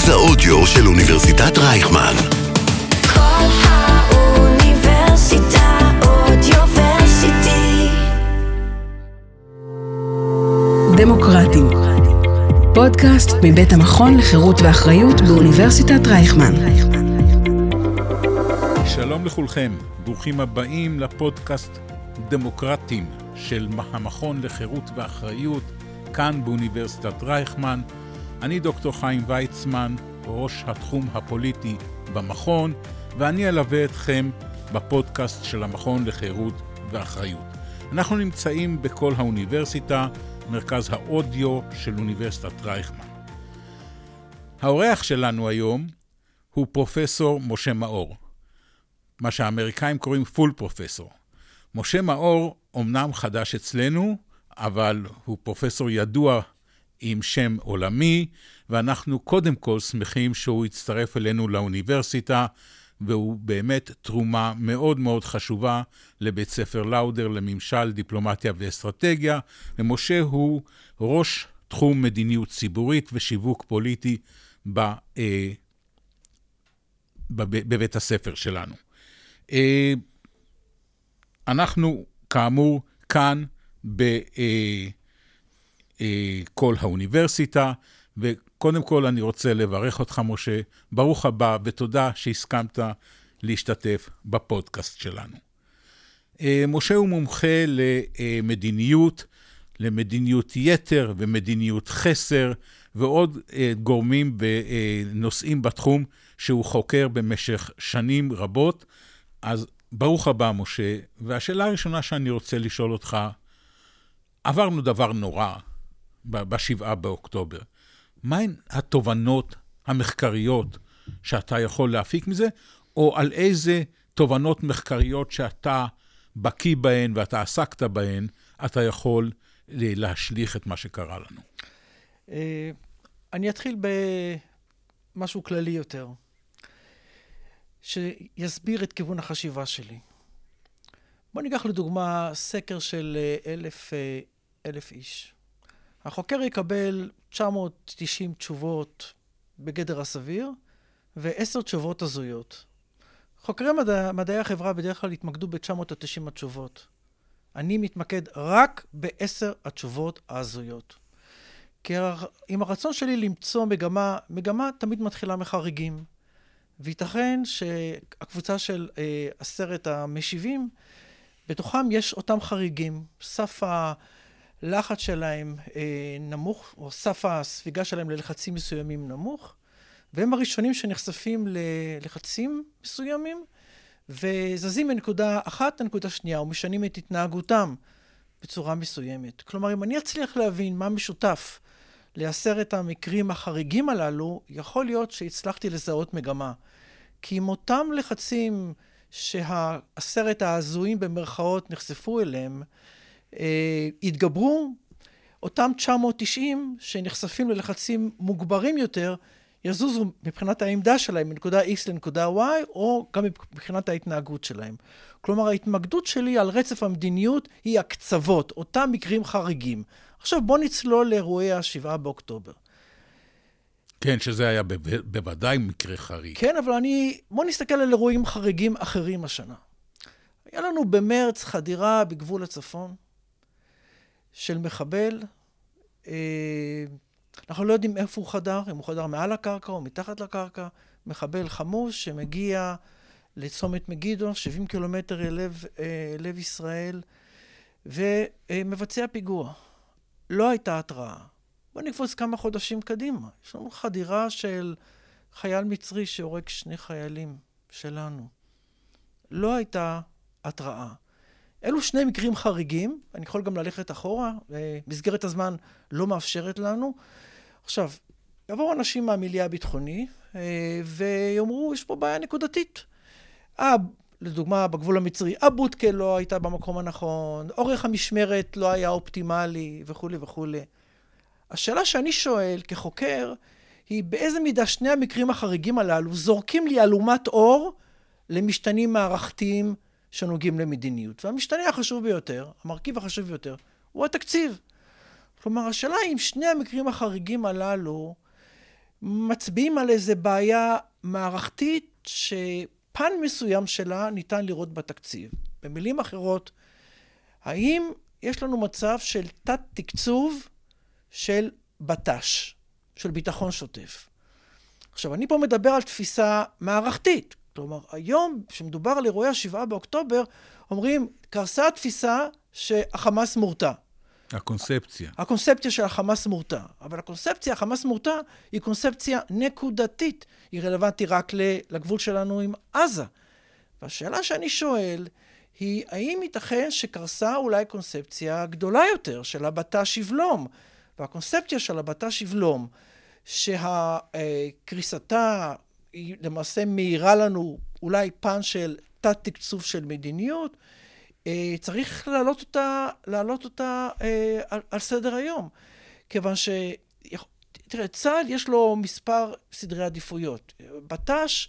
מרכז האודיו של אוניברסיטת רייכמן. כל האוניברסיטה אודיוורסיטי. דמוקרטים. פודקאסט מבית המכון לחירות ואחריות באוניברסיטת רייכמן. שלום לכולכם, ברוכים הבאים לפודקאסט דמוקרטים של המכון לחירות ואחריות כאן באוניברסיטת רייכמן. אני דוקטור חיים ויצמן, ראש התחום הפוליטי במכון, ואני אלווה אתכם בפודקאסט של המכון לחירות ואחריות. אנחנו נמצאים בכל האוניברסיטה, מרכז האודיו של אוניברסיטת רייכמן. האורח שלנו היום הוא פרופסור משה מאור, מה שהאמריקאים קוראים פול פרופסור. משה מאור אומנם חדש אצלנו, אבל הוא פרופסור ידוע עם שם עולמי, ואנחנו קודם כל שמחים שהוא יצטרף אלינו לאוניברסיטה, והוא באמת תרומה מאוד מאוד חשובה לבית ספר לאודר לממשל, דיפלומטיה ואסטרטגיה, ומשה הוא ראש תחום מדיניות ציבורית ושיווק פוליטי בבית הספר שלנו. אנחנו כאמור כאן בכל האוניברסיטה, וקודם כל אני רוצה לברך אותך משה, ברוך הבא ותודה שהסכמת להשתתף בפודקאסט שלנו. משה הוא מומחה למדיניות יתר ומדיניות חסר, ועוד גורמים ונושאים בתחום שהוא חוקר במשך שנים רבות. אז ברוך הבא משה, והשאלה הראשונה שאני רוצה לשאול אותך, עברנו דבר נורא ב7 באוקטובר. מהן התובנות המחקריות שאתה יכול להפיק מזה, או על איזה תובנות מחקריות שאתה בקיא בהן ואתה עסקת בהן, אתה יכול להשליך את מה שקרה לנו? אני אתחיל במשהו כללי יותר, שיסביר את כיוון החשיבה שלי. בוא ניקח לדוגמה סקר של 1,000 איש. החוקר יקבל 990 תשובות בגדר הסביר, ו10 תשובות הזויות. חוקרי מדעי החברה בדרך כלל התמקדו ב-990 התשובות. אני מתמקד רק ב10 התשובות ההזויות. כי עם הרצון שלי למצוא מגמה תמיד מתחילה מחריגים. וייתכן שהקבוצה של 10 המשיבים, בתוכם יש אותם חריגים. סף הלחץ שלהם נמוך, או סף הספיגה שלהם ללחצים מסוימים נמוך, והם הראשונים שנחשפים ללחצים מסוימים, וזזים מנקודה אחת לנקודה שנייה, ומשנים את התנהגותם בצורה מסוימת. כלומר, אם אני אצליח להבין מה משותף ל10 המקרים החריגים הללו, יכול להיות שהצלחתי לזהות מגמה. כי עם אותם לחצים שה10 ההזויים במרכאות נחשפו אליהם, התגברו, אותם 990 שנחשפים ללחצים מוגברים יותר, יזוזו מבחינת העמדה שלהם מנקודה X לנקודה Y, או גם מבחינת ההתנהגות שלהם. כלומר, ההתמקדות שלי על רצף המדיניות היא הקצוות, אותם מקרים חריגים. עכשיו בוא נצלול לאירועי ה7 באוקטובר. כן, שזה היה בוודאי מקרה חריג. כן, אבל בוא נסתכל על אירועים חריגים אחרים השנה. היה לנו במרץ חדירה בגבול הצפון של מחבל. אנחנו לא יודעים איפה הוא חדר, אם הוא חדר מעל הקרקע או מתחת לקרקע. מחבל חמוש שמגיע לצומת מגידו, 70 קילומטר לב ישראל, ומבצע פיגוע. לא הייתה התראה. בוא נקפוץ כמה חודשים קדימה. יש לנו חדירה של חייל מצרי שהורג 2 חיילים שלנו. לא הייתה התראה. אלו 2 מקרים חריגים, אני יכול גם ללכת אחורה, מסגרת הזמן לא מאפשרת לנו. עכשיו, יבואו אנשים מהמיליה הביטחוני, ויאמרו, יש פה בעיה נקודתית. לדוגמה, בגבול המצרי, הבוטקה לא הייתה במקום הנכון, אורך המשמרת לא היה אופטימלי, וכו' וכו'. השאלה שאני שואל כחוקר, היא באיזה מידה 2 המקרים החריגים הללו זורקים לי אלומת אור למשתנים מערכתיים שנוגעים למדיניות. והמשתנה החשוב ביותר, המרכיב החשוב ביותר, הוא התקציב. כלומר, השאלה אם 2 המקרים החריגים הללו מצביעים על איזו בעיה מערכתית שפן מסוים שלה ניתן לראות בתקציב. במילים אחרות, האם יש לנו מצב של תת תקצוב של בט"ש, של ביטחון שוטף? עכשיו, אני פה מדבר על תפיסה מערכתית. כלומר, היום, כשמדובר על אירועי 7 באוקטובר, אומרים, קרסה התפיסה שהחמאס מורתע. הקונספציה של החמאס מורתע. אבל הקונספציה, החמאס מורתע, היא קונספציה נקודתית. היא רלוונטית רק לגבול שלנו עם עזה. והשאלה שאני שואל, היא האם ייתכן שקרסה אולי קונספציה גדולה יותר של הבט"ש יבלום? והקונספציה של הבט"ש יבלום, שהקריסתה היא למעשה מאירה לנו אולי פן של תת תקצוב של מדיניות, צריך להעלות אותה על סדר היום. כיוון תראה, צה"ל יש לו מספר סדרי עדיפויות. בט"ש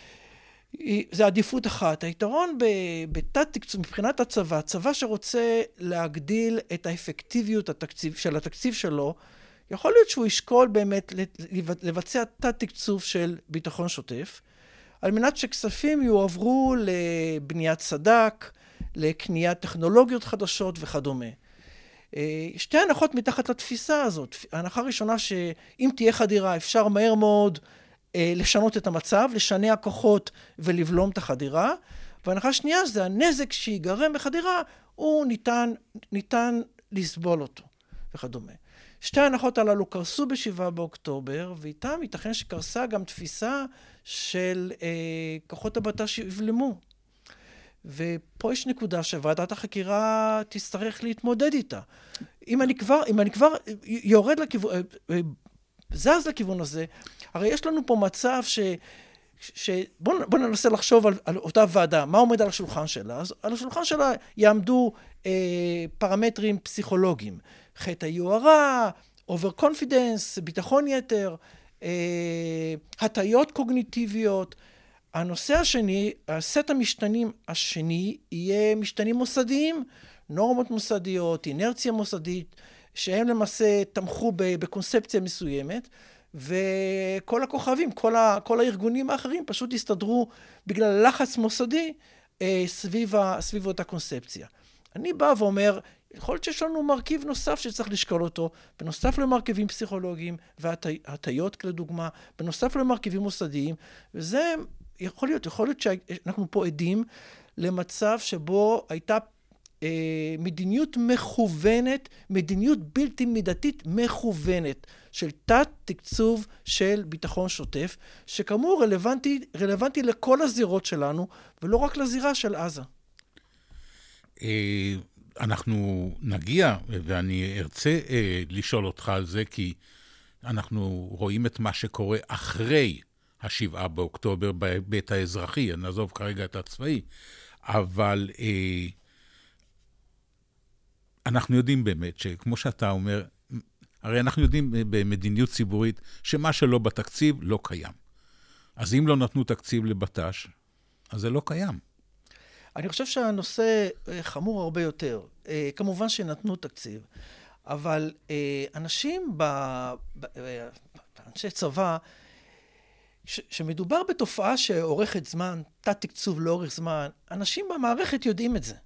זה עדיפות אחת. היתרון בתת תקצוב, מבחינת הצבא, צבא שרוצה להגדיל את האפקטיביות של התקציב שלו, יכול להיות שהוא ישקול באמת לבצע תת תקצוב של ביטחון שוטף, על מנת שכספים יועברו לבניית סד"כ, לקניית טכנולוגיות חדשות וכדומה. שתי הנחות מתחת לתפיסה הזאת. ההנחה הראשונה שאם תהיה חדירה אפשר מהר מאוד לשנות את המצב, לשנע כוחות ולבלום את החדירה. וההנחה השנייה זה הנזק שיגרם בחדירה, הוא ניתן לסבול אותו וכדומה. שתי ההנחות הללו קרסו ב7 באוקטובר, ואיתם ייתכן שקרסה גם תפיסה של כוחות הבט"ש שיבלמו. ופה יש נקודה שוועדת החקירה תצטרך להתמודד איתה. אם אני כבר יורד לכיוון, זז לכיוון הזה, הרי יש לנו פה מצב בוא ננסה לחשוב על אותה ועדה, מה עומד על השולחן שלה? אז על השולחן שלה יעמדו פרמטרים פסיכולוגיים, חטא היוהרה, אובר קונפידנס, ביטחון יתר, הטיות קוגניטיביות. הנושא השני, הסט המשתנים השני, יהיה משתנים מוסדיים, נורמות מוסדיות, אינרציה מוסדית, שהם למעשה תמכו בקונספציה מסוימת, וכל הכוכבים, כל הארגונים האחרים פשוט הסתדרו בגלל לחץ מוסדי סביב אותה קונספציה. אני בא ואומר, יכול להיות שיש לנו מרכיב נוסף שצריך לשקול אותו, בנוסף למרכיבים פסיכולוגיים והטיות לדוגמה, בנוסף למרכיבים מוסדיים, וזה יכול להיות שאנחנו פה עדים למצב שבו הייתה מדיניות מכוונת, מדיניות בלתי מידתית מכוונת של תת תקצוב של ביטחון שוטף, שכאמור רלוונטי לכל הזירות שלנו, ולא רק לזירה של עזה. אנחנו נגיע, ואני ארצה לשאול אותך על זה, כי אנחנו רואים את מה שקורה אחרי 7 באוקטובר בהיבט האזרחי, נעזוב כרגע את הצבאי, אבל אנחנו יודעים באמת שכמו שאתה אומר, הרי אנחנו יודעים במדיניות ציבורית שמה שלא בתקציב לא קיים. אז אם לא נתנו תקציב לבט"ש, אז זה לא קיים. אני חושב שהנושא חמור הרבה יותר. כמובן שנתנו תקציב, אבל אנשים אנשי צבא, שמדובר בתופעה שאורכת זמן, תת תקצוב לאורך זמן, אנשים במערכת יודעים את זה.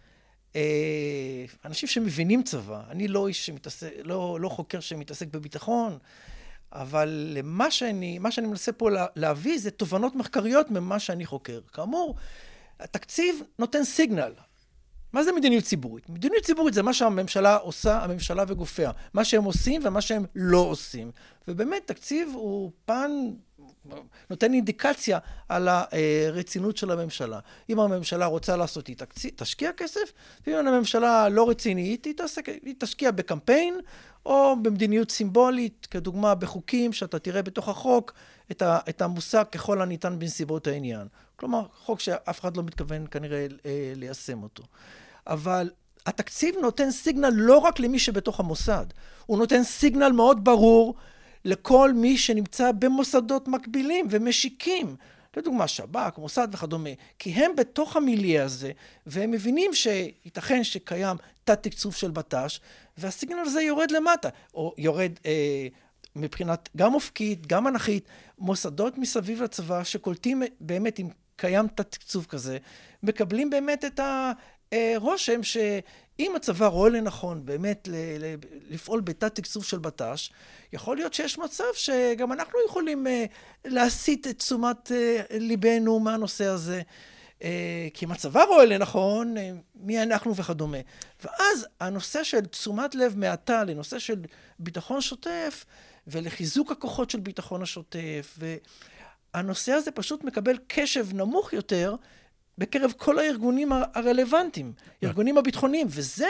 אנשים שמבינים צבא, אני לא איש שמתעסק, לא חוקר שמתעסק בביטחון, אבל מה שאני מנסה פה להביא זה תובנות מחקריות ממה שאני חוקר. כאמור, התקציב נותן סיגנל. מה זה מדיניות ציבורית? מדיניות ציבורית זה מה שהממשלה עושה, הממשלה וגופיה. מה שהם עושים ומה שהם לא עושים. ובאמת, תקציב הוא פן, נותן אינדיקציה על הרצינות של הממשלה. אם הממשלה רוצה לעשות, היא תשקיע כסף, ואם הממשלה לא רצינית, היא תשקיע בקמפיין, או במדיניות סימבולית, כדוגמה בחוקים שאתה תראה בתוך החוק, את המושג ככל הניתן בנסיבות העניין. כלומר, חוק שאף אחד לא מתכוון כנראה ליישם אותו. אבל התקציב נותן סיגנל לא רק למי שבתוך המוסד, הוא נותן סיגנל מאוד ברור לכל מי שנמצא במוסדות מקבילים ומשיקים. לדוגמה, שב"כ, מוסד וכדומה, כי הם בתוך המיליה הזה, והם מבינים שייתכן שקיים תת תקצוב של בט"ש, והסיגנל הזה יורד למטה, או יורד מבחינת גם אופקית, גם אנכית, מוסדות מסביב לצבא שקולטים באמת, אם קיים תקצוב כזה, מקבלים באמת את הרושם שאם הצבא רואה לנכון באמת לפעול בתת תקצוב של בט"ש, יכול להיות שיש מצב שגם אנחנו יכולים להסיט את תשומת ליבנו מהנושא הזה. כי אם הצבא רואה לנכון, מי אנחנו וכדומה. ואז הנושא של תשומת לב מעתה לנושא של ביטחון שוטף, ולחיזוק הכוחות של ביטחון השוטף, והנושא הזה פשוט מקבל קשב נמוך יותר, בקרב כל הארגונים הרלוונטיים, ארגונים הביטחוניים, וזה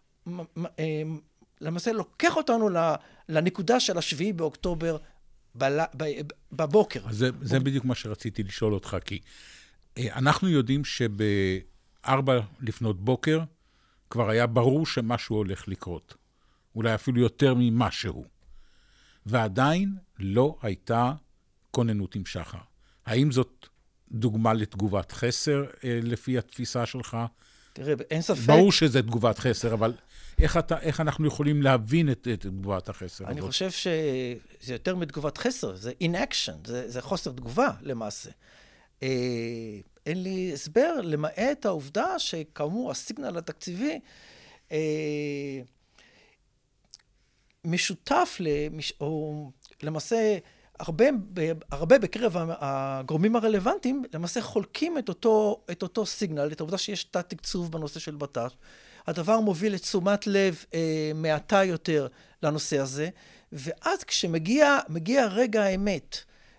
למעשה לוקח אותנו לנקודה של 7 באוקטובר בבוקר. זה בדיוק מה שרציתי לשאול אותך, כי אנחנו יודעים שב4 לפנות בוקר כבר היה ברור שמשהו הולך לקרות. אולי אפילו יותר ממשהו. ועדיין לא הייתה כוננות עם שחר. האם זאת דוגמה לתגובת חסר לפי התפיסה שלך? תראה, אין ספק. ברור שזה תגובת חסר, אבל איך אנחנו יכולים להבין את תגובת החסר הזאת? אני חושב שזה יותר מתגובת חסר, זה inaction, זה חוסר תגובה למעשה. אין לי הסבר למעט העובדה שכאמור הסיגנל התקציבי משותף או למעשה הרבה בקרב הגורמים הרלוונטיים למעשה חולקים את אותו סיגנל, את העובדה שיש תת תקצוב בנושא של בט"ש. הדבר מוביל לתשומת לב מעטה יותר לנושא הזה, ואז כשמגיע רגע האמת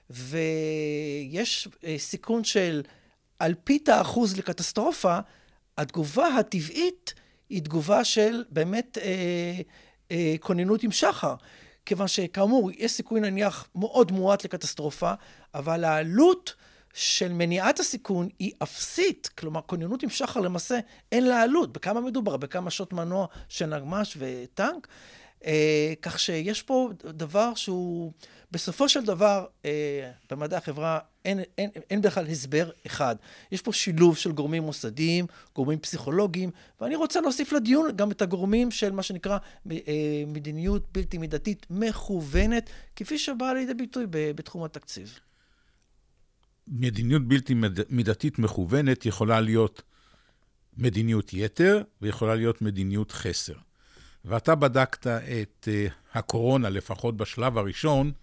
ויש סיכון של אלפית האחוז לקטסטרופה, התגובה הטבעית היא תגובה של באמת כוננות עם שחר. כיוון שכאמור, יש סיכוי נניח מאוד מועט לקטסטרופה, אבל העלות של מניעת הסיכון היא אפסית. כלומר, כוננות עם שחר למעשה אין לה עלות. בכמה מדובר? בכמה שעות מנוע של נגמ"ש וטנק? כך שיש פה דבר שהוא, בסופו של דבר, במדעי החברה אין בכלל הסבר אחד. יש פה שילוב של גורמים מוסדיים, גורמים פסיכולוגיים, ואני רוצה להוסיף לדיון גם את הגורמים של מה שנקרא מדיניות בלתי מידתית מכוונת, כפי שבאה לידי ביטוי בתחום התקציב. מדיניות בלתי מידתית מכוונת יכולה להיות מדיניות יתר, ויכולה להיות מדיניות חסר. ואתה בדקת את הקורונה, לפחות בשלב הראשון,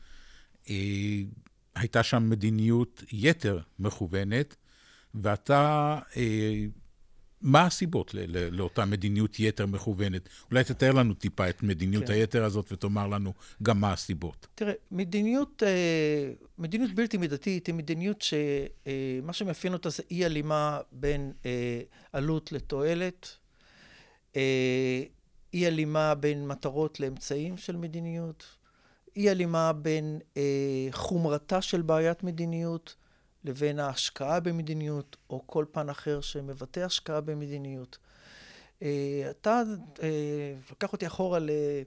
הייתה שם מדיניות יתר מכוונת, ואתה, מה הסיבות לאותה מדיניות יתר מכוונת? אולי תתאר לנו טיפה את מדיניות היתר הזאת, ותאמר לנו גם מה הסיבות. תראה, מדיניות בלתי מידתית היא מדיניות שמה שמאפיין אותה זה אי הלימה בין עלות לתועלת, אי הלימה בין מטרות לאמצעים של מדיניות, אי הלימה בין חומרתה של בעיית מדיניות לבין ההשקעה במדיניות או כל פן אחר שמבטא השקעה במדיניות. אתה לקח אותי אחורה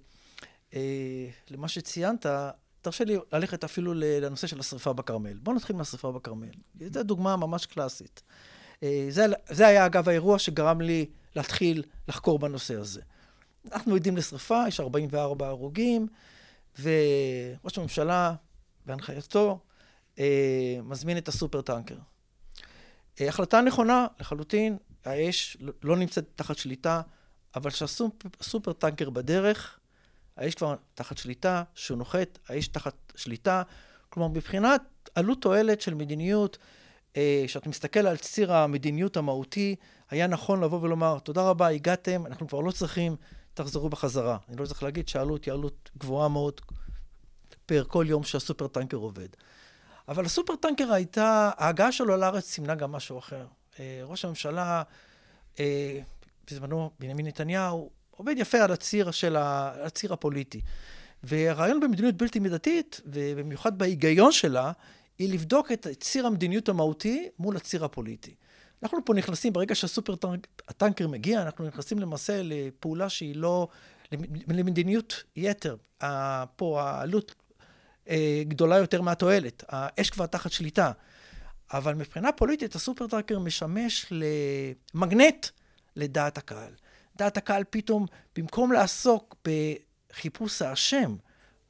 למה שציינת, תרשה לי ללכת אפילו לנושא של השריפה בכרמל. בואו נתחיל מהשריפה בכרמל. זו דוגמה ממש קלאסית. זה היה אגב האירוע שגרם לי להתחיל לחקור בנושא הזה. אנחנו עדים לשריפה, יש 44 הרוגים, וראש הממשלה בהנחייתו מזמין את הסופר טנקר. החלטה נכונה לחלוטין, האש לא נמצאת תחת שליטה, אבל שהסופר טנקר בדרך, האש כבר תחת שליטה, שהוא נוחת, האש תחת שליטה. כלומר, מבחינת עלות תועלת של מדיניות, שאתה מסתכל על ציר המדיניות המהותי, היה נכון לבוא ולומר, תודה רבה, הגעתם, אנחנו כבר לא צריכים, תחזרו בחזרה. אני לא צריך להגיד שהעלות היא עלות גבוהה מאוד פר כל יום שהסופר טנקר עובד. אבל הסופר טנקר הייתה, ההגעה שלו לארץ סימנה גם משהו אחר. ראש הממשלה, בזמנו בנימין נתניהו, עובד יפה על הציר הפוליטי. והרעיון במדיניות בלתי מידתית, ובמיוחד בהיגיון שלה, היא לבדוק את ציר המדיניות המהותי מול הציר הפוליטי. אנחנו פה נכנסים, ברגע שהסופר הטנקר מגיע, אנחנו נכנסים למעשה לפעולה שהיא לא, למדיניות יתר. פה העלות גדולה יותר מהתועלת. האש כבר תחת שליטה. אבל מבחינה פוליטית, הסופר טנקר משמש למגנט לדעת הקהל. דעת הקהל פתאום, במקום לעסוק בחיפוש האשם,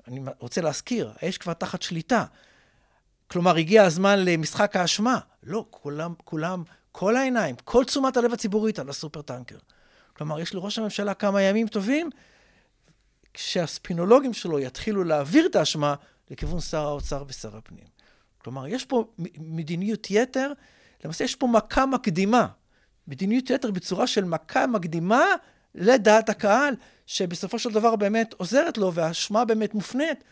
אני רוצה להזכיר, האש כבר תחת שליטה. כלומר, הגיע הזמן למשחק האשמה. לא, כולם, כל העיניים, כל תשומת הלב הציבורית על הסופר-טנקר. כלומר, יש לראש הממשלה כמה ימים טובים, כשהספינולוגים שלו יתחילו להעביר את האשמה לכיוון שר האוצר ושר הפנים. כלומר, יש פה מדיניות יתר, למעשה יש פה מכה מקדימה. מדיניות יתר בצורה של מכה מקדימה לדעת הקהל, שבסופו של דבר באמת עוזרת לו, והאשמה באמת מופנית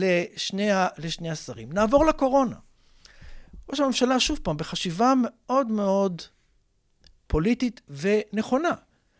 לשני השרים. נעבור לקורונה. ראש הממשלה שוב פעם בחשיבה מאוד מאוד פוליטית ונכונה,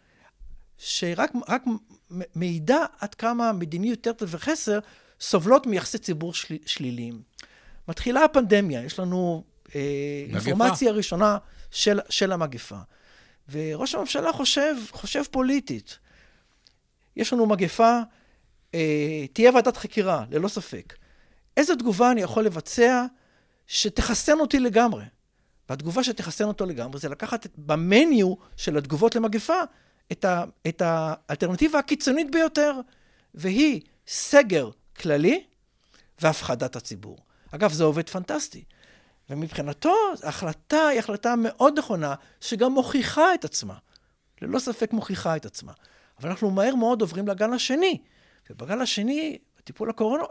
שרק מעידה עד כמה מדיניות יתר וחסר סובלות מיחסי ציבור שליליים. מתחילה הפנדמיה, יש לנו אינפורמציה ראשונה של המגפה. וראש הממשלה חושב פוליטית. יש לנו מגפה, תהיה ועדת חקירה, ללא ספק. איזו תגובה אני יכול לבצע שתחסן אותי לגמרי? והתגובה שתחסן אותו לגמרי זה לקחת במניו של התגובות למגפה את האלטרנטיבה הקיצונית ביותר, והיא סגר כללי והפחדת הציבור. אגב, זה עובד פנטסטי. ומבחינתו, ההחלטה היא החלטה מאוד נכונה, שגם מוכיחה את עצמה. ללא ספק מוכיחה את עצמה. אבל אנחנו מהר מאוד עוברים לגל השני. ובגל השני, בטיפול הקורונה,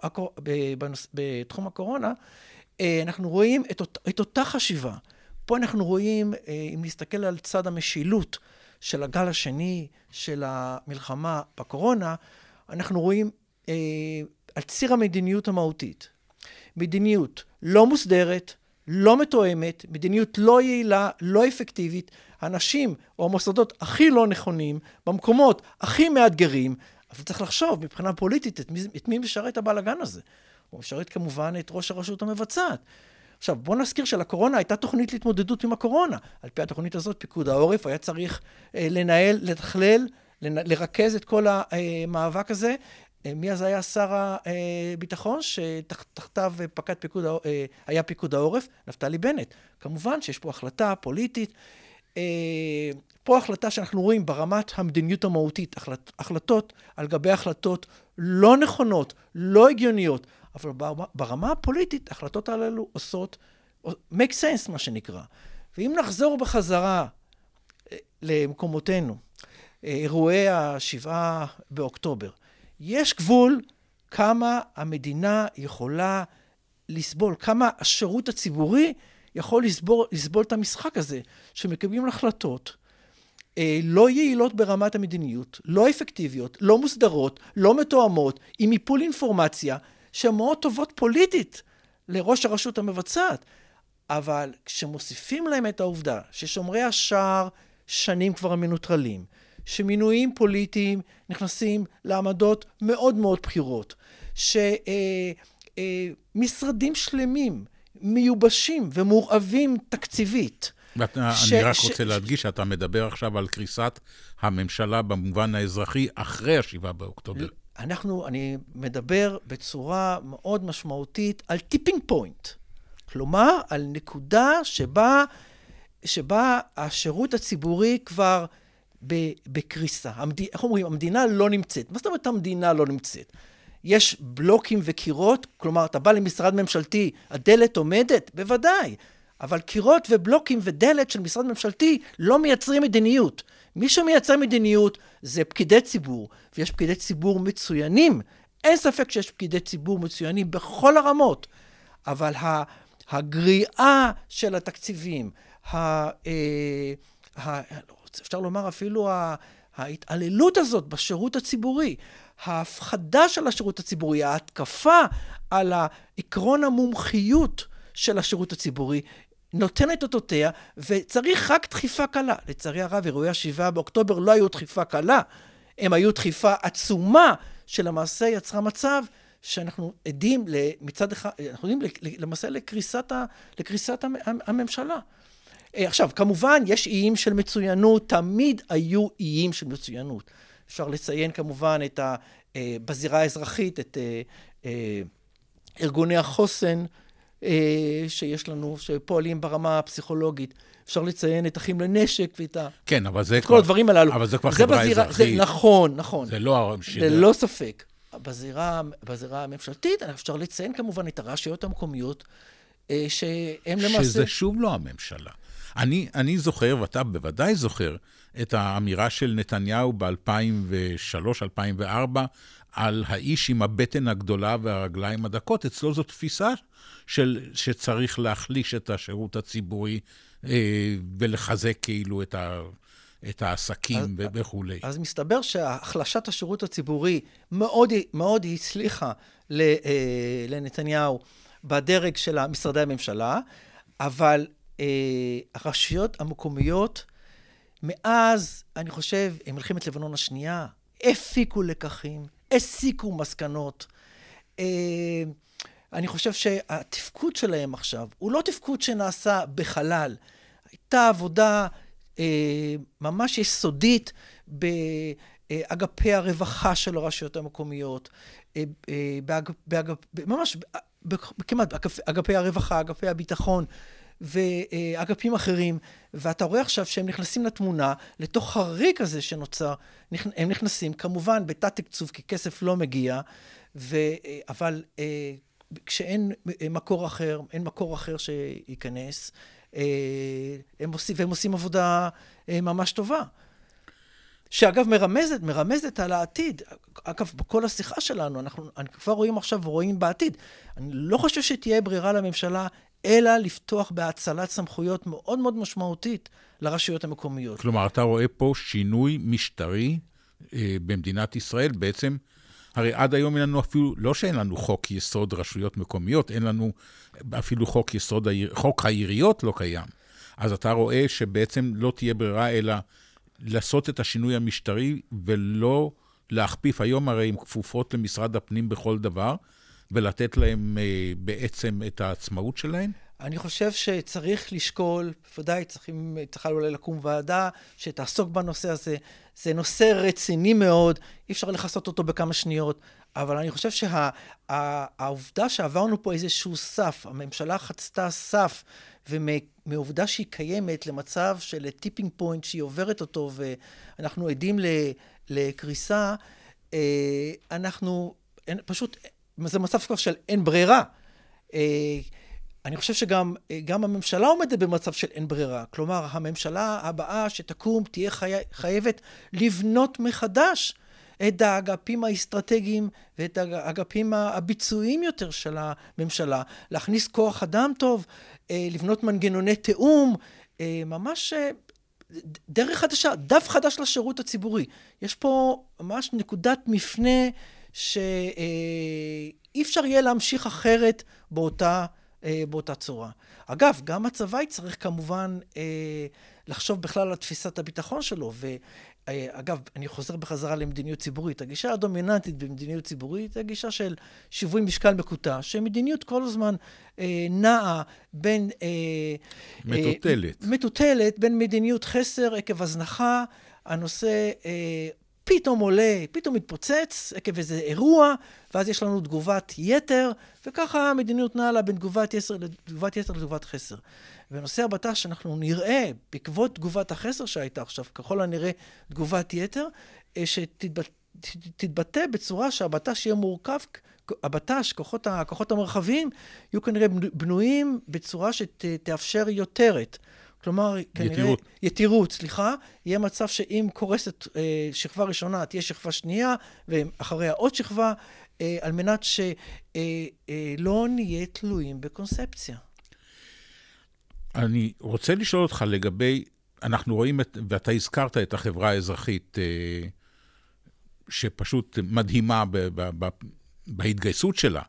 בתחום הקורונה, אנחנו רואים את אותה חשיבה. פה אנחנו רואים, אם נסתכל על צד המשילות של הגל השני, של המלחמה בקורונה, אנחנו רואים על ציר המדיניות המהותית. מדיניות לא מוסדרת, לא מתואמת, מדיניות לא יעילה, לא אפקטיבית, אנשים או המוסדות הכי לא נכונים, במקומות הכי מאתגרים, אבל צריך לחשוב מבחינה פוליטית את מי משרת הבלגן הזה. הוא משרת כמובן את ראש הרשות המבצעת. עכשיו, בוא נזכיר שלקורונה הייתה תוכנית להתמודדות עם הקורונה. על פי התוכנית הזאת, פיקוד העורף היה צריך לנהל, לתכלל, לרכז את כל המאבק הזה. מי אז היה שר הביטחון שתחתיו היה פיקוד העורף? נפתלי בנט. כמובן שיש פה החלטה פוליטית, פה החלטה שאנחנו רואים ברמת המדיניות המהותית, החלטות על גבי החלטות לא נכונות, לא הגיוניות, אבל ברמה הפוליטית החלטות הללו עושות, make sense מה שנקרא. ואם נחזור בחזרה למקומותינו, אירועי ה7 באוקטובר, יש גבול כמה המדינה יכולה לסבול, כמה השירות הציבורי יכול לסבול את המשחק הזה, שמקבלים החלטות לא יעילות ברמת המדיניות, לא אפקטיביות, לא מוסדרות, לא מתואמות, עם מיפול אינפורמציה, שהן מאוד טובות פוליטית לראש הרשות המבצעת. אבל כשמוסיפים להם את העובדה ששומרי השער שנים כבר מנוטרלים, שמינויים פוליטיים נכנסים לעמדות מאוד מאוד בחירות, שמשרדים שלמים מיובשים ומורעבים תקציבית. אני רק רוצה להדגיש שאתה מדבר עכשיו על קריסת הממשלה במובן האזרחי אחרי ה7 באוקטובר. אני מדבר בצורה מאוד משמעותית על טיפינג פוינט. כלומר, על נקודה שבה השירות הציבורי כבר בקריסה. איך אומרים? המדינה לא נמצאת. מה זאת אומרת המדינה לא נמצאת? יש בלוקים וקירות, כלומר, אתה בא למשרד ממשלתי, הדלת עומדת? בוודאי. אבל קירות ובלוקים ודלת של משרד ממשלתי לא מייצרים מדיניות. מי שמייצר מדיניות זה פקידי ציבור, ויש פקידי ציבור מצוינים. אין ספק שיש פקידי ציבור מצוינים בכל הרמות, אבל הגריעה של התקציבים, אפשר לומר אפילו ההתעללות הזאת בשירות הציבורי, ההפחדה של השירות הציבורי, ההתקפה על העקרון המומחיות של השירות הציבורי, נותנת אותותיה, וצריך רק דחיפה קלה. לצערי הרב, אירועי ה7 באוקטובר לא היו דחיפה קלה, הם היו דחיפה עצומה, שלמעשה יצרה מצב שאנחנו עדים מצד אחד, אנחנו עדים למעשה לקריסת הממשלה. עכשיו, כמובן, יש איים של מצוינות, תמיד היו איים של מצוינות. אפשר לציין כמובן בזירה האזרחית, את ארגוני החוסן, שיש לנו, שפועלים ברמה הפסיכולוגית. אפשר לציין את אחים לנשק ואת כן, אבל זה כל הדברים הללו. אבל זה כבר חברה אזרחית. נכון. זה לא ללא ספק. בזירה הממשלתית, אפשר לציין כמובן את הרשויות המקומיות, שהם למעשה... שזה שוב לא הממשלה. אני זוכר, ואתה בוודאי זוכר, את האמירה של נתניהו ב-2003-2004, על האיש עם הבטן הגדולה והרגליים הדקות. אצלו זו תפיסה שצריך להחליש את השירות הציבורי, ולחזק כאילו את העסקים וכו'. אז מסתבר שהחלשת השירות הציבורי מאוד הצליחה לנתניהו בדרג של משרדי הממשלה, אבל הרשויות המקומיות, מאז, אני חושב, מלחמת לבנון השנייה, הפיקו לקחים, הסיקו מסקנות. אני חושב שהתפקוד שלהם עכשיו, הוא לא תפקוד שנעשה בחלל. הייתה עבודה ממש יסודית באגפי הרווחה של הרשויות המקומיות, ממש כמעט אגפי הרווחה, אגפי הביטחון, ואגפים אחרים, ואתה רואה עכשיו שהם נכנסים לתמונה, לתוך הריק הזה שנוצר, הם נכנסים כמובן בתת תקצוב, כי כסף לא מגיע, אבל כשאין מקור אחר, אין מקור אחר שייכנס, הם עושים עבודה ממש טובה. שאגב מרמזת על העתיד. אגב, בכל השיחה שלנו, אנחנו כבר רואים בעתיד. אני לא חושב שתהיה ברירה לממשלה, אלא לפתוח בהצלת סמכויות מאוד מאוד משמעותית לרשויות המקומיות. כלומר, אתה רואה פה שינוי משטרי במדינת ישראל, בעצם, הרי עד היום אין לנו אפילו, לא שאין לנו חוק יסוד רשויות מקומיות, אין לנו אפילו חוק העיריות לא קיים. אז אתה רואה שבעצם לא תהיה ברירה, אלא לעשות את השינוי המשטרי, ולא להכפיף היום, הרי הן כפופות למשרד הפנים בכל דבר, ולתת להם בעצם את העצמאות שלהם? אני חושב שצריך לשקול, בוודאי צריכה אולי לקום ועדה שתעסוק בנושא הזה. זה נושא רציני מאוד, אי אפשר לחסות אותו בכמה שניות, אבל אני חושב שהעובדה שעברנו פה איזשהו סף, הממשלה חצתה סף, ומעובדה שהיא קיימת למצב של טיפינג פוינט שהיא עוברת אותו, ואנחנו עדים לקריסה, פשוט, זה מצב כבר של אין ברירה. אני חושב שגם הממשלה עומדת במצב של אין ברירה. כלומר, הממשלה הבאה שתקום תהיה חייבת לבנות מחדש את האגפים האסטרטגיים ואת האגפים הביצועיים יותר של הממשלה. להכניס כוח אדם טוב, לבנות מנגנוני תאום, ממש דרך חדשה, דף חדש לשירות הציבורי. יש פה ממש נקודת מפנה שאי אפשר יהיה להמשיך אחרת באותה צורה. אגב, גם הצבא צריך כמובן לחשוב בכלל על תפיסת הביטחון שלו, ואגב, אני חוזר בחזרה למדיניות ציבורית. הגישה הדומיננטית במדיניות ציבורית היא הגישה של שיווי משקל מקוטע, שמדיניות כל הזמן נעה בין... מטוטלת, בין מדיניות חסר עקב הזנחה, הנושא... פתאום עולה, פתאום מתפוצץ, עקב איזה אירוע, ואז יש לנו תגובת יתר, וככה המדיניות נעלה בין תגובת יתר לתגובת חסר. בנושא הבט"ש שאנחנו נראה, בעקבות תגובת החסר שהייתה עכשיו, ככל הנראה תגובת יתר, שתתבטא בצורה שהבט"ש יהיה מורכב, הבט"ש, כוחות המרחביים, יהיו כנראה בנויים בצורה שתאפשר יותרת. כלומר, יתירות, יהיה מצב שאם קורסת שכבה ראשונה, תהיה שכבה שנייה, ואחריה עוד שכבה, על מנת שלא נהיה תלויים בקונספציה. אני רוצה לשאול אותך לגבי, אנחנו רואים, ואתה הזכרת את החברה האזרחית, שפשוט מדהימה בהתגייסות שלה,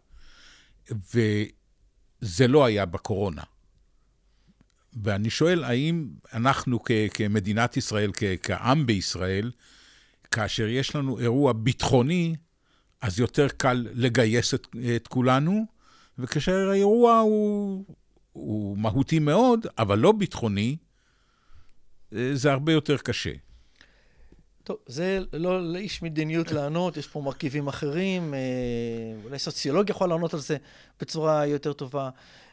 וזה לא היה בקורונה. ואני שואל, האם אנחנו כמדינת ישראל, כעם בישראל, כאשר יש לנו אירוע ביטחוני, אז יותר קל לגייס את כולנו, וכאשר האירוע הוא מהותי מאוד, אבל לא ביטחוני, זה הרבה יותר קשה. טוב, זה לא לאיש מדיניות לענות, יש פה מרכיבים אחרים, אולי סוציולוגיה יכול לענות על זה בצורה יותר טובה.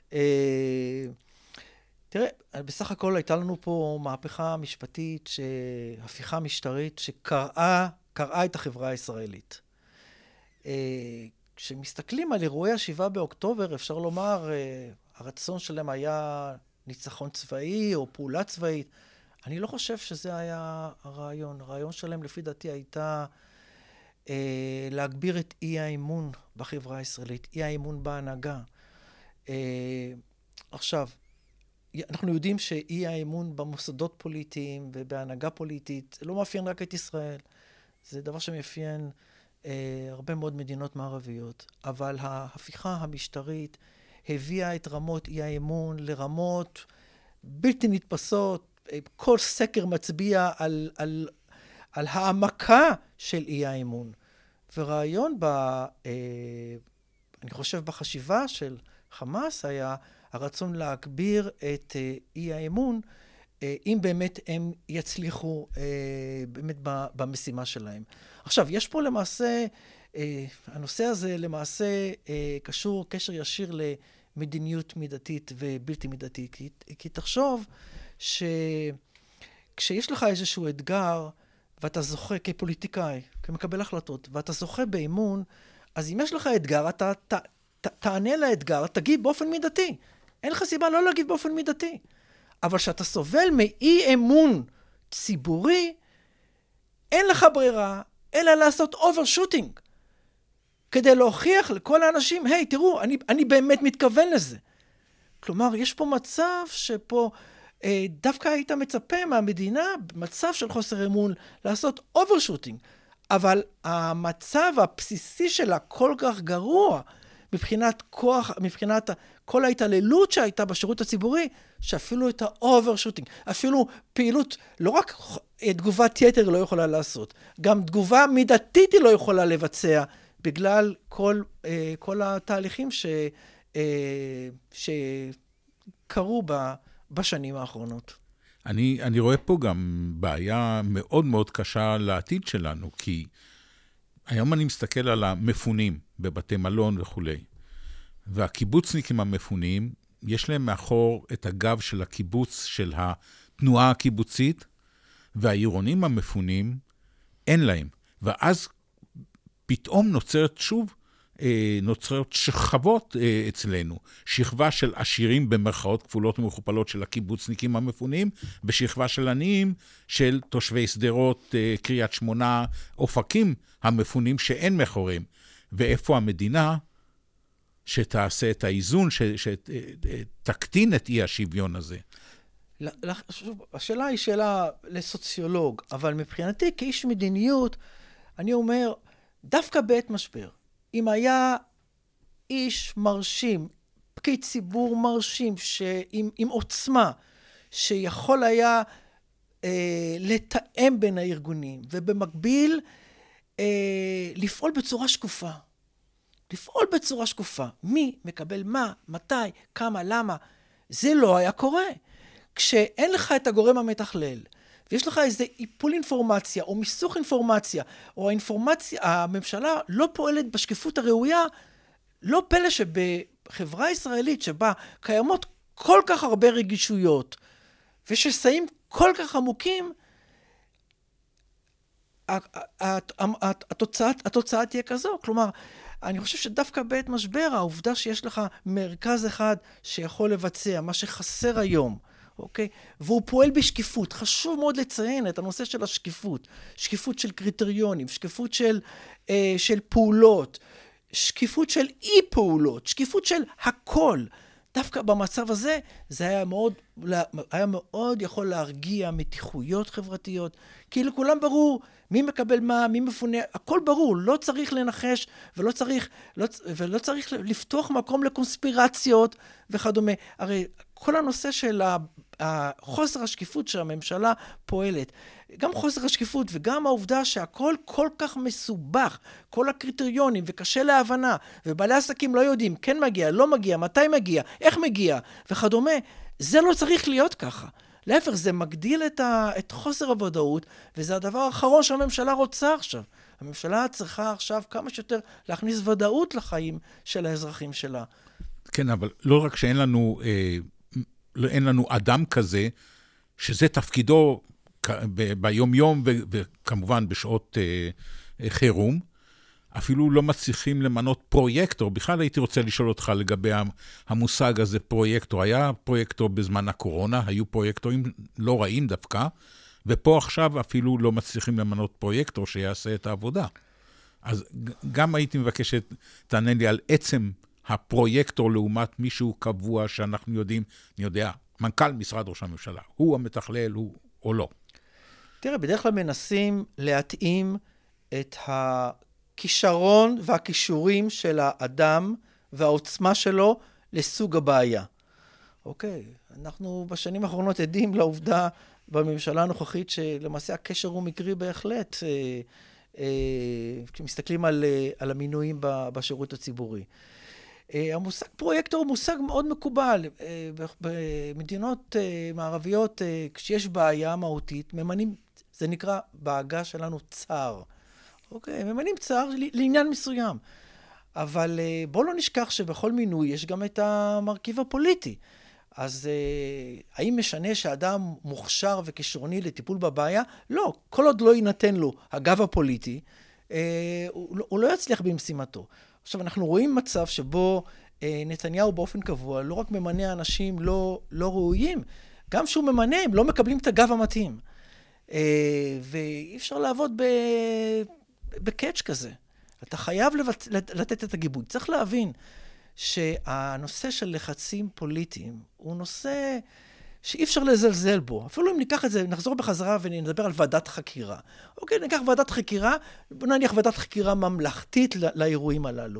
תראה, בסך הכל הייתה לנו פה מהפכה משפטית, הפיכה משטרית, שקראה את החברה הישראלית. כשמסתכלים על אירועי ה-7 באוקטובר, אפשר לומר, הרצון שלהם היה ניצחון צבאי או פעולה צבאית. אני לא חושב שזה היה הרעיון. הרעיון שלהם, לפי דעתי, הייתה להגביר את אי האמון בחברה הישראלית, אי האמון בהנהגה. עכשיו, אנחנו יודעים שאי האמון במוסדות פוליטיים ובהנהגה פוליטית, לא מאפיין רק את ישראל. זה דבר שמאפיין הרבה מאוד מדינות מערביות. אבל ההפיכה המשטרית הביאה את רמות אי האמון לרמות בלתי נתפסות. כל סקר מצביע על העמקה של אי האמון. ורעיון אני חושב בחשיבה של חמאס היה הרצון להגביר את אי האמון, אם באמת הם יצליחו באמת במשימה שלהם. עכשיו, יש פה למעשה, הנושא הזה למעשה קשור קשר ישיר למדיניות מידתית ובלתי מידתית. כי תחשוב שכשיש לך איזשהו אתגר, ואתה זוכה כפוליטיקאי, כמקבל החלטות, ואתה זוכה באמון, אז אם יש לך אתגר, אתה תענה לאתגר, תגיב באופן מידתי. אין לך סיבה לא להגיב באופן מידתי. אבל כשאתה סובל מאי אמון ציבורי, אין לך ברירה, אלא לעשות אוברשוטינג, כדי להוכיח לכל האנשים, היי, תראו, אני באמת מתכוון לזה. כלומר, יש פה מצב שפה דווקא היית מצפה מהמדינה, במצב של חוסר אמון, לעשות אוברשוטינג. אבל המצב הבסיסי שלה כל כך גרוע, מבחינת כוח, מבחינת כל ההתעללות שהייתה בשירות הציבורי, שאפילו את האוברשוטינג, אפילו פעילות, לא רק תגובת יתר לא יכולה לעשות, גם תגובה מידתית היא לא יכולה לבצע, בגלל כל התהליכים שקרו בשנים האחרונות. אני רואה פה גם בעיה מאוד מאוד קשה לעתיד שלנו, כי היום אני מסתכל על המפונים בבתי מלון וכו'. והקיבוצניקים המפונים, יש להם מאחור את הגב של הקיבוץ, של התנועה הקיבוצית, והעירונים המפונים, אין להם. ואז פתאום נוצרות שכבות אצלנו, שכבה של עשירים במרכאות כפולות ומכופלות של הקיבוצניקים המפונים, ושכבה של עניים של תושבי שדרות, קריית שמונה, אופקים המפונים שאין מאחוריהם. ואיפה המדינה שתעשה את האיזון, שתקטין את אי השוויון הזה? השאלה היא שאלה לסוציולוג, אבל מבחינתי כאיש מדיניות, אני אומר, דווקא בעת משבר, אם היה איש מרשים, פקיד ציבור מרשים, עם עוצמה, שיכול היה לתאם בין הארגונים, ובמקביל לפעול בצורה שקופה. לפעול בצורה שקופה. מי מקבל מה, מתי, כמה, למה. זה לא היה קורה. כשאין לך את הגורם המתכלל, ויש לך איזה איפול אינפורמציה, או מיסוך אינפורמציה, או הממשלה לא פועלת בשקיפות הראויה, לא פלא שבחברה הישראלית שבה קיימות כל כך הרבה רגישויות, ושסעים כל כך עמוקים, התוצאה תהיה כזו. כלומר, אני חושב שדווקא בעת משבר, העובדה שיש לך מרכז אחד שיכול לבצע, מה שחסר היום, אוקיי? והוא פועל בשקיפות. חשוב מאוד לציין את הנושא של השקיפות. שקיפות של קריטריונים, שקיפות של פעולות, שקיפות של אי פעולות, שקיפות של הכל. דווקא במצב הזה, זה היה מאוד יכול להרגיע מתיחויות חברתיות, כי לכולם ברור מי מקבל מה, מי מפונה, הכל ברור, לא צריך לנחש, ולא צריך לפתוח מקום לקונספירציות וכדומה. הרי כל הנושא של חוסר השקיפות שהממשלה פועלת, גם חוסר השקיפות וגם העובדה שהכל כל כך מסובך, כל הקריטריונים וקשה להבנה, ובעלי עסקים לא יודעים, כן מגיע, לא מגיע, מתי מגיע, איך מגיע וכדומה, זה לא צריך להיות ככה. להפך, זה מגדיל את חוסר הוודאות, וזה הדבר האחרון שהממשלה רוצה עכשיו. הממשלה צריכה עכשיו כמה שיותר להכניס ודאות לחיים של האזרחים שלה. כן, אבל לא רק שאין לנו אדם כזה, שזה תפקידו ביום יום וכמובן בשעות חירום, אפילו לא מצליחים למנות פרויקטור. בכלל הייתי רוצה לשאול אותך לגבי המושג הזה, פרויקטור. היה פרויקטור בזמן הקורונה, היו פרויקטורים לא רעים דווקא, ופה עכשיו אפילו לא מצליחים למנות פרויקטור שיעשה את העבודה. אז גם הייתי מבקש שתענה לי על עצם הפרויקטור לעומת מישהו קבוע שאנחנו יודעים, אני יודע, מנכ"ל משרד ראש הממשלה, הוא המתכלל, הוא או לא. תראה, בדרך כלל מנסים להתאים את הכישרון והכישורים של האדם והעוצמה שלו לסוג הבעיה. אוקיי, אנחנו בשנים האחרונות עדים לעובדה בממשלה הנוכחית שלמעשה הקשר הוא מקרי בהחלט, כשמסתכלים על המינויים בשירות הציבורי. המושג פרויקטור הוא מושג מאוד מקובל. במדינות מערביות, כשיש בעיה מהותית, ממנים, זה נקרא בעגה שלנו צר. אוקיי, ממנים צר לעניין מסוים. אבל בואו לא נשכח שבכל מינוי יש גם את המרכיב הפוליטי. אז האם משנה שאדם מוכשר וכישרוני לטיפול בבעיה? לא, כל עוד לא יינתן לו הגב הפוליטי, הוא לא יצליח במשימתו. עכשיו, אנחנו רואים מצב שבו נתניהו באופן קבוע לא רק ממנה אנשים לא ראויים, גם שהוא ממנה, הם לא מקבלים את הגב המתאים. ואי אפשר לעבוד בקאץ' כזה. אתה חייב לתת את הגיבוי. צריך להבין שהנושא של לחצים פוליטיים הוא נושא שאי אפשר לזלזל בו. אפילו אם ניקח את זה, נחזור בחזרה ונדבר על ועדת חקירה. אוקיי, ניקח ועדת חקירה, בוא נניח ועדת חקירה ממלכתית לאירועים הללו.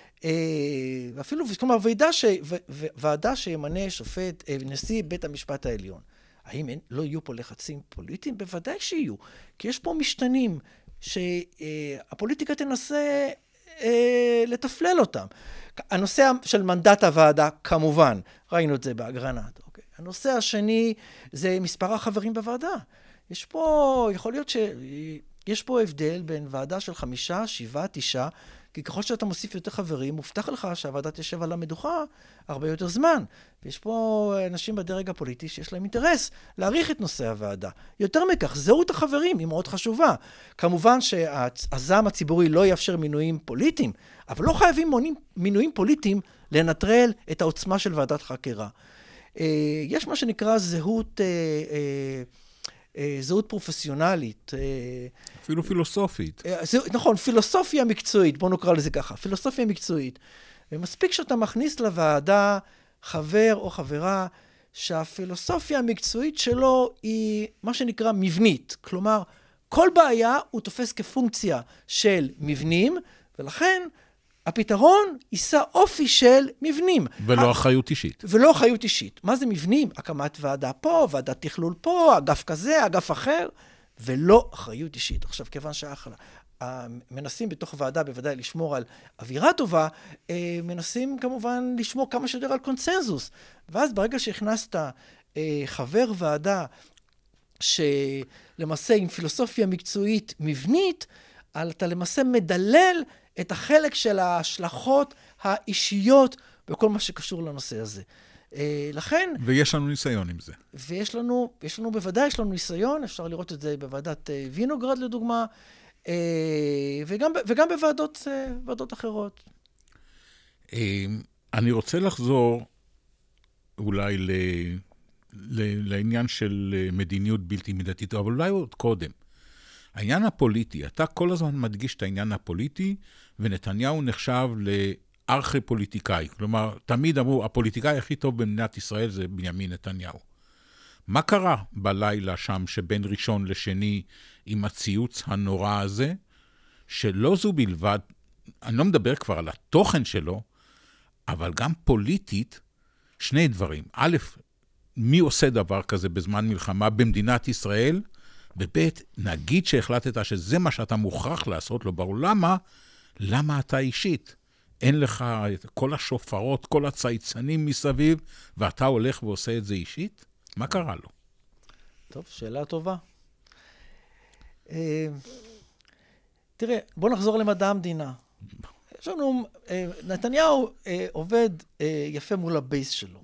אפילו, כלומר, ועדה שימנה שופט, נשיא בית המשפט העליון. האם לא יהיו פה לחצים פוליטיים? בוודאי שיהיו. כי יש פה משתנים שהפוליטיקה תנסה לתפלל אותם. הנושא של מנדט הוועדה, כמובן, ראינו את זה באגרנט. אוקיי. הנושא השני זה מספר החברים בוועדה. יש פה, יכול להיות שיש פה הבדל בין ועדה של 5, 7, 9, כי ככל שאתה מוסיף יותר חברים, מובטח לך שהוועדה תשב על המדוכה הרבה יותר זמן. ויש פה אנשים בדרג הפוליטי שיש להם אינטרס להעריך את נושא הוועדה. יותר מכך, זהות החברים היא מאוד חשובה. כמובן שהזעם הציבורי לא יאפשר מינויים פוליטיים, אבל לא חייבים מינויים פוליטיים לנטרל את העוצמה של ועדת חקירה. יש מה שנקרא זהות פרופסיונלית. אפילו פילוסופית. נכון, פילוסופיה מקצועית, בואו נקרא לזה ככה, פילוסופיה מקצועית. ומספיק שאתה מכניס לוועדה חבר או חברה שהפילוסופיה המקצועית שלו היא מה שנקרא מבנית. כלומר, כל בעיה הוא תופס כפונקציה של מבנים, ולכן הפתרון יישא אופי של מבנים. ולא אחריות אישית. ולא אחריות אישית. מה זה מבנים? הקמת ועדה פה, ועדת תכלול פה, אגף כזה, אגף אחר, ולא אחריות אישית. עכשיו, כיוון מנסים בתוך ועדה בוודאי לשמור על אווירה טובה, מנסים כמובן לשמור כמה שיותר על קונצנזוס. ואז ברגע שהכנסת חבר ועדה שלמעשה עם פילוסופיה מקצועית מבנית, אתה למעשה מדלל את החלק של ההשלכות האישיות בכל מה שקשור לנושא הזה. לכן... ויש לנו ניסיון עם זה. ויש לנו, בוודאי יש לנו ניסיון, אפשר לראות את זה בוועדת וינוגרד לדוגמה, וגם בוועדות אחרות. אני רוצה לחזור אולי לעניין של מדיניות בלתי מידתית, אבל אולי עוד קודם. העניין הפוליטי, אתה כל הזמן מדגיש את העניין הפוליטי, ונתניהו נחשב לארכי פוליטיקאי. כלומר, תמיד אמרו, הפוליטיקאי הכי טוב במדינת ישראל זה בנימין נתניהו. מה קרה בלילה שם שבין ראשון לשני עם הציוץ הנורא הזה, שלא זו בלבד, אני לא מדבר כבר על התוכן שלו, אבל גם פוליטית, שני דברים. א', מי עושה דבר כזה בזמן מלחמה במדינת ישראל, ובית, נגיד שהחלטת שזה מה שאתה מוכרח לעשות, לא ברור למה אתה אישית? אין לך כל השופרות, כל הצייצנים מסביב, ואתה הולך ועושה את זה אישית? מה קרה לו? טוב, שאלה טובה. תראה, בוא נחזור למדע המדינה. יש לנו, נתניהו עובד יפה מול הבייס שלו.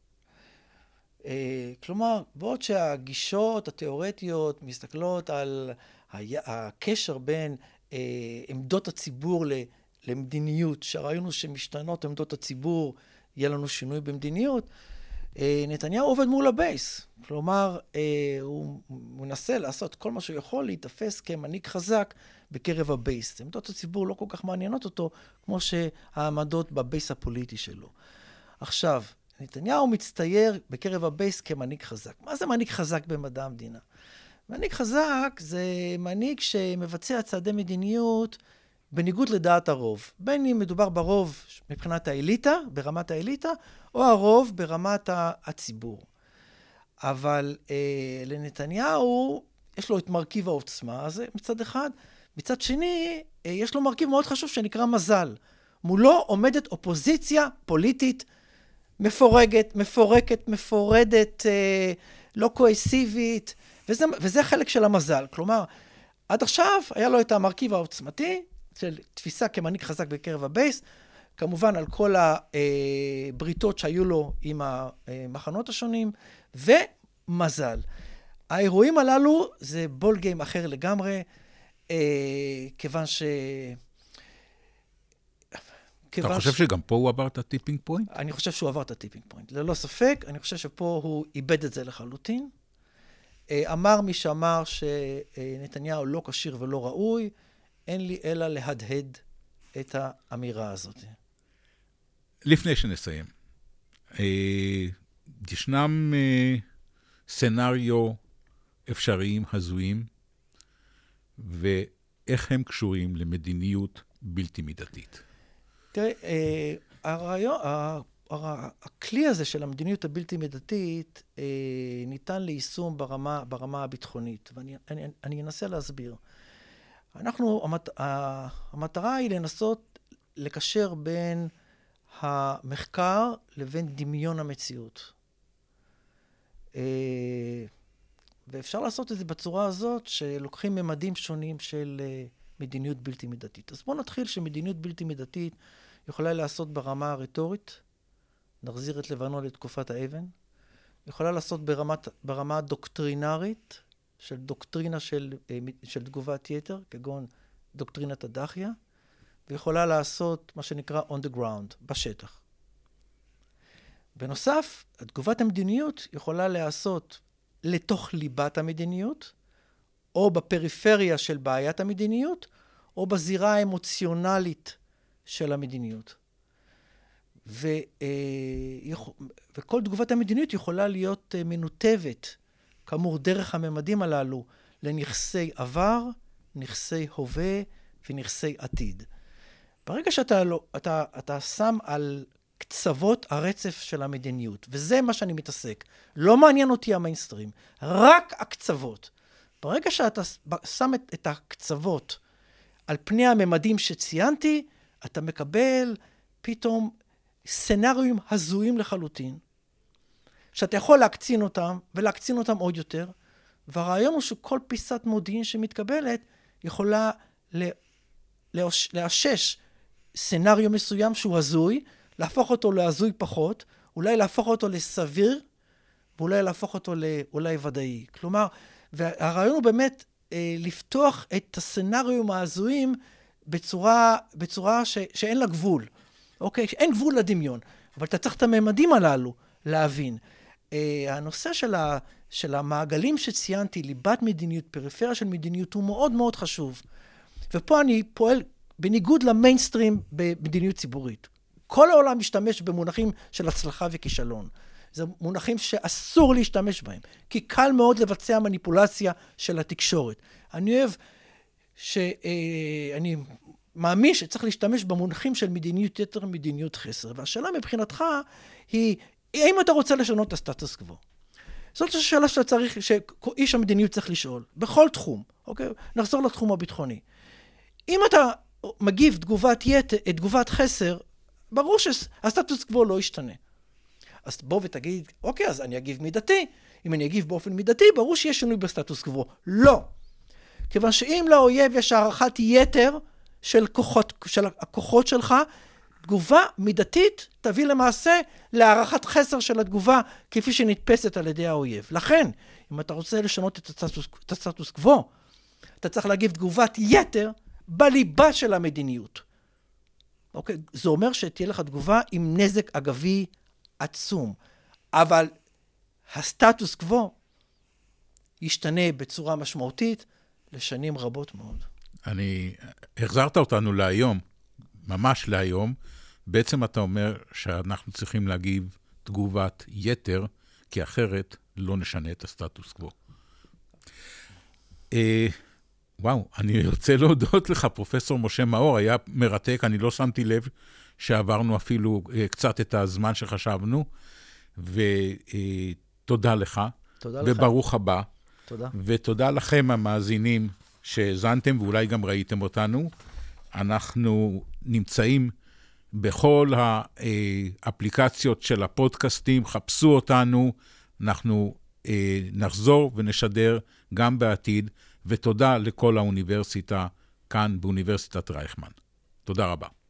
כלומר, בעוד שהגישות התיאורטיות מסתכלות על הקשר בין עמדות הציבור למדיניות, שהרעיון הוא שמשתנות עמדות הציבור, יהיה לנו שינוי במדיניות, נתניהו עובד מול הבייס. כלומר, הוא מנסה לעשות כל מה שהוא יכול להתאפס כמנהיג חזק בקרב הבייס. עמדות הציבור לא כל כך מעניינות אותו, כמו שהעמדות בבייס הפוליטי שלו. עכשיו, נתניהו מצטייר בקרב הבייס כמנהיג חזק. מה זה מנהיג חזק במדע המדינה? מנהיג חזק זה מנהיג שמבצע צעדי מדיניות בניגוד לדעת הרוב. בין אם מדובר ברוב מבחינת האליטה, ברמת האליטה, או הרוב ברמת הציבור. אבל לנתניהו יש לו את מרכיב העוצמה הזה מצד אחד, מצד שני יש לו מרכיב מאוד חשוב שנקרא מזל. מולו עומדת אופוזיציה פוליטית מפורדת, לא קואסיבית, וזה חלק של המזל. כלומר, עד עכשיו היה לו את המרכיב העוצמתי של תפיסה כמנהיג חזק בקרב הבייס, כמובן על כל הבריתות שהיו לו עם המחנות השונים, ומזל. האירועים הללו זה בול גיים אחר לגמרי, כיוון ש... אתה חושב שגם פה הוא עבר את הטיפינג פוינט? אני חושב שהוא עבר את הטיפינג פוינט. ללא ספק, אני חושב שפה הוא איבד את זה לחלוטין. אמר מי שאמר שנתניהו לא כשיר ולא ראוי, אין לי אלא להדהד את האמירה הזאת. לפני שנסיים, ישנם סנריו אפשריים הזויים, ואיך הם קשורים למדיניות בלתי מידתית? תראה, הכלי הזה של המדיניות הבלתי מידתית ניתן ליישום ברמה הביטחונית, ואני אנסה להסביר. המטרה היא לנסות לקשר בין המחקר לבין דמיון המציאות. ואפשר לעשות את זה בצורה הזאת שלוקחים ממדים שונים של מדיניות בלתי מידתית. אז בואו נתחיל שמדיניות בלתי מידתית יכולה לעשות ברמה הרטורית, נחזיר את לבנון לתקופת האבן, יכולה לעשות ברמה הדוקטרינרית, של דוקטרינה של תגובת יתר, כגון דוקטרינת הדחיה, ויכולה לעשות מה שנקרא on the ground, בשטח. בנוסף, תגובת המדיניות יכולה לעשות לתוך ליבת המדיניות, או בפריפריה של בעיית המדיניות, או בזירה האמוציונלית של המדיניות. וכל תגובת המדיניות יכולה להיות מנותבת, כאמור דרך הממדים הללו, לנכסי עבר, נכסי הווה ונכסי עתיד. ברגע שאתה שם על קצוות הרצף של המדיניות, וזה מה שאני מתעסק, לא מעניין אותי המיינסטרים, רק הקצוות. ברגע שאתה שם את הקצוות על פני הממדים שציינתי, אתה מקבל פתאום סנריום הזויים לחלוטין, שאתה יכול להקצין אותם, ולהקצין אותם עוד יותר, והרעיון הוא שכל פיסת מודיעין שמתקבלת, יכולה לאשש סנריו מסוים שהוא הזוי, להפוך אותו להזוי פחות, אולי להפוך אותו לסביר, ואולי להפוך אותו לאולי ודאי. כלומר, והרעיון הוא באמת לפתוח את הסנריום ההזויים בצורה שאין לה גבול. אוקיי? אין גבול לדמיון, אבל אתה צריך את הממדים הללו להבין. הנושא של המעגלים שציינתי, ליבת מדיניות, פריפריה של מדיניות, הוא מאוד מאוד חשוב. ופה אני פועל בניגוד למיינסטרים במדיניות ציבורית. כל העולם משתמש במונחים של הצלחה וכישלון. זה מונחים שאסור להשתמש בהם, כי קל מאוד לבצע מניפולציה של התקשורת. אני אוהב אני מאמין שצריך להשתמש במונחים של מדיניות יתר ומדיניות חסר. והשאלה מבחינתך היא, האם אתה רוצה לשנות את הסטטוס קוו? זאת השאלה שאיש המדיניות צריך לשאול, בכל תחום, אוקיי? נחזור לתחום הביטחוני. אם אתה מגיב תגובת חסר, ברור שהסטטוס קוו לא ישתנה. אז בוא ותגיד, אוקיי, אז אני אגיב מידתי. אם אני אגיב באופן מידתי, ברור שיש שינוי בסטטוס קוו. לא. כיוון שאם לאויב יש הערכת יתר של הכוחות שלך, תגובה מידתית תביא למעשה להערכת חסר של התגובה כפי שנתפסת על ידי האויב. לכן, אם אתה רוצה לשנות את הסטטוס קוו, אתה צריך להגיב תגובת יתר בליבה של המדיניות. אוקיי? זה אומר שתהיה לך תגובה עם נזק אגבי עצום. אבל הסטטוס קוו ישתנה בצורה משמעותית לשנים רבות מאוד. החזרת אותנו להיום, ממש להיום. בעצם אתה אומר שאנחנו צריכים להגיב תגובת יתר, כי אחרת לא נשנה את הסטטוס קוו. וואו, אני רוצה להודות לך, פרופסור משה מאור, היה מרתק, אני לא שמתי לב שעברנו אפילו קצת את הזמן שחשבנו, ותודה לך. תודה לך. וברוך הבא. תודה. ותודה לכם המאזינים שהזנתם, ואולי גם ראיתם אותנו. אנחנו נמצאים בכל האפליקציות של הפודקאסטים, חפשו אותנו, אנחנו נחזור ונשדר גם בעתיד, ותודה לכל האוניברסיטה כאן באוניברסיטת רייכמן. תודה רבה.